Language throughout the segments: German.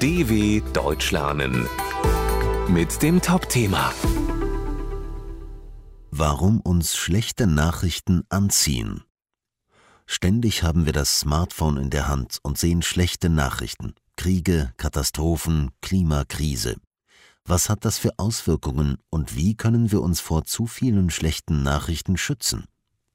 DW Deutsch lernen mit dem Top-Thema. Warum uns schlechte Nachrichten anziehen. Ständig haben wir das Smartphone in der Hand und sehen schlechte Nachrichten. Kriege, Katastrophen, Klimakrise. Was hat das für Auswirkungen und wie können wir uns vor zu vielen schlechten Nachrichten schützen?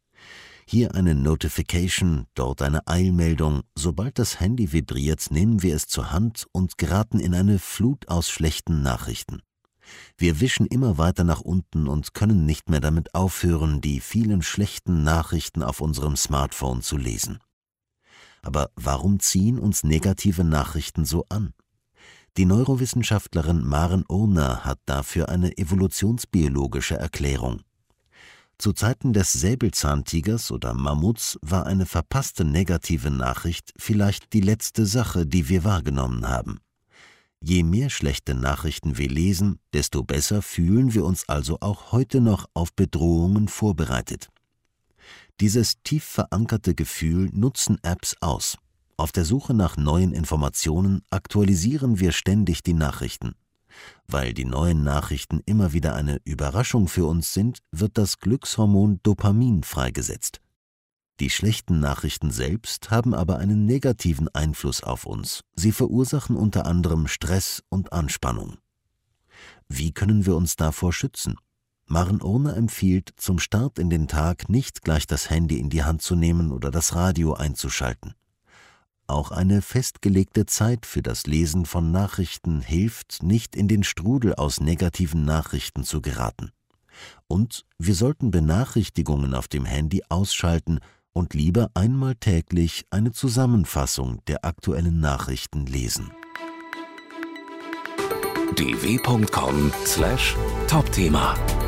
Hier eine Notification, dort eine Eilmeldung. Sobald das Handy vibriert, nehmen wir es zur Hand und geraten in eine Flut aus schlechten Nachrichten. Wir wischen immer weiter nach unten und können nicht mehr damit aufhören, die vielen schlechten Nachrichten auf unserem Smartphone zu lesen. Aber warum ziehen uns negative Nachrichten so an? Die Neurowissenschaftlerin Maren Urner hat dafür eine evolutionsbiologische Erklärung. Zu Zeiten des Säbelzahntigers oder Mammuts war eine verpasste negative Nachricht vielleicht die letzte Sache, die wir wahrgenommen haben. Je mehr schlechte Nachrichten wir lesen, desto besser fühlen wir uns also auch heute noch auf Bedrohungen vorbereitet. Dieses tief verankerte Gefühl nutzen Apps aus. Auf der Suche nach neuen Informationen aktualisieren wir ständig die Nachrichten. Weil die neuen Nachrichten immer wieder eine Überraschung für uns sind, wird das Glückshormon Dopamin freigesetzt. Die schlechten Nachrichten selbst haben aber einen negativen Einfluss auf uns. Sie verursachen unter anderem Stress und Anspannung. Wie können wir uns davor schützen? Maren Urner empfiehlt, zum Start in den Tag nicht gleich das Handy in die Hand zu nehmen oder das Radio einzuschalten. Auch eine festgelegte Zeit für das Lesen von Nachrichten hilft, nicht in den Strudel aus negativen Nachrichten zu geraten. Und wir sollten Benachrichtigungen auf dem Handy ausschalten und lieber einmal täglich eine Zusammenfassung der aktuellen Nachrichten lesen. dw.com/Topthema